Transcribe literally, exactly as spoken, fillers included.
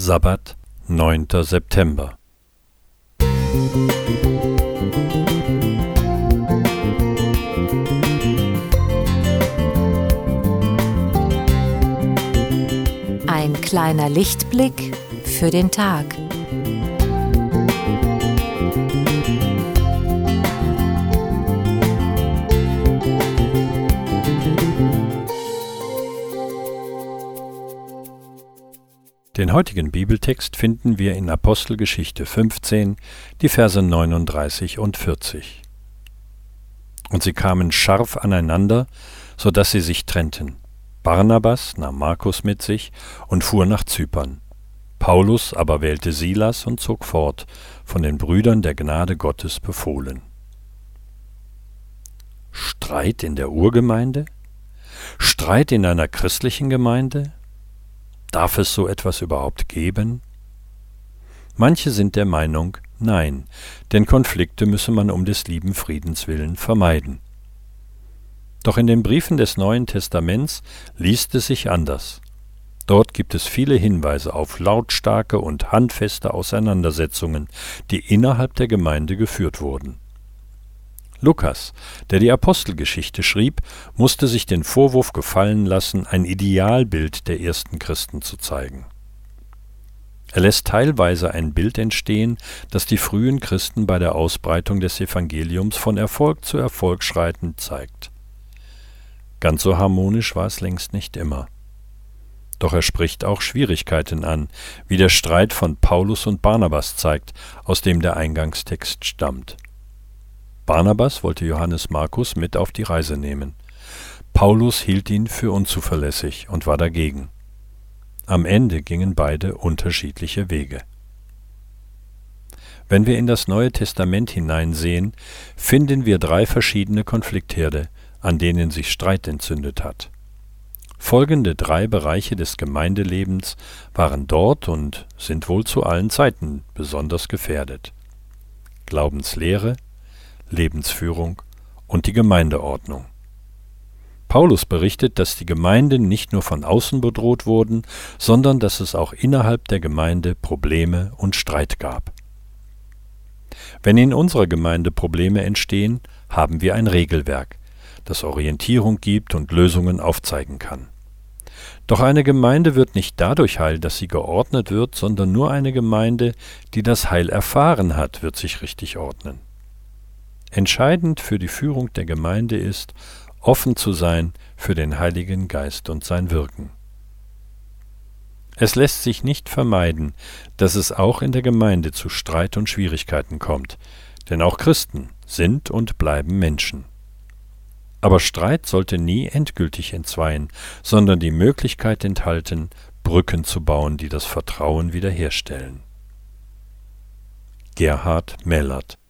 Sabbat, neunter September. Ein kleiner Lichtblick für den Tag. Den heutigen Bibeltext finden wir in Apostelgeschichte fünfzehn, die Verse neununddreißig und vierzig. Und sie kamen scharf aneinander, so dass sie sich trennten. Barnabas nahm Markus mit sich und fuhr nach Zypern. Paulus aber wählte Silas und zog fort, von den Brüdern der Gnade Gottes befohlen. Streit in der Urgemeinde? Streit in einer christlichen Gemeinde? Darf es so etwas überhaupt geben? Manche sind der Meinung, nein, denn Konflikte müsse man um des lieben Friedens willen vermeiden. Doch in den Briefen des Neuen Testaments liest es sich anders. Dort gibt es viele Hinweise auf lautstarke und handfeste Auseinandersetzungen, die innerhalb der Gemeinde geführt wurden. Lukas, der die Apostelgeschichte schrieb, musste sich den Vorwurf gefallen lassen, ein Idealbild der ersten Christen zu zeigen. Er lässt teilweise ein Bild entstehen, das die frühen Christen bei der Ausbreitung des Evangeliums von Erfolg zu Erfolg schreitend zeigt. Ganz so harmonisch war es längst nicht immer. Doch er spricht auch Schwierigkeiten an, wie der Streit von Paulus und Barnabas zeigt, aus dem der Eingangstext stammt. Barnabas wollte Johannes Markus mit auf die Reise nehmen. Paulus hielt ihn für unzuverlässig und war dagegen. Am Ende gingen beide unterschiedliche Wege. Wenn wir in das Neue Testament hineinsehen, finden wir drei verschiedene Konfliktherde, an denen sich Streit entzündet hat. Folgende drei Bereiche des Gemeindelebens waren dort und sind wohl zu allen Zeiten besonders gefährdet: Glaubenslehre, Lebensführung und die Gemeindeordnung. Paulus berichtet, dass die Gemeinden nicht nur von außen bedroht wurden, sondern dass es auch innerhalb der Gemeinde Probleme und Streit gab. Wenn in unserer Gemeinde Probleme entstehen, haben wir ein Regelwerk, das Orientierung gibt und Lösungen aufzeigen kann. Doch eine Gemeinde wird nicht dadurch heil, dass sie geordnet wird, sondern nur eine Gemeinde, die das Heil erfahren hat, wird sich richtig ordnen. Entscheidend für die Führung der Gemeinde ist, offen zu sein für den Heiligen Geist und sein Wirken. Es lässt sich nicht vermeiden, dass es auch in der Gemeinde zu Streit und Schwierigkeiten kommt, denn auch Christen sind und bleiben Menschen. Aber Streit sollte nie endgültig entzweien, sondern die Möglichkeit enthalten, Brücken zu bauen, die das Vertrauen wiederherstellen. Gerhard Mellert.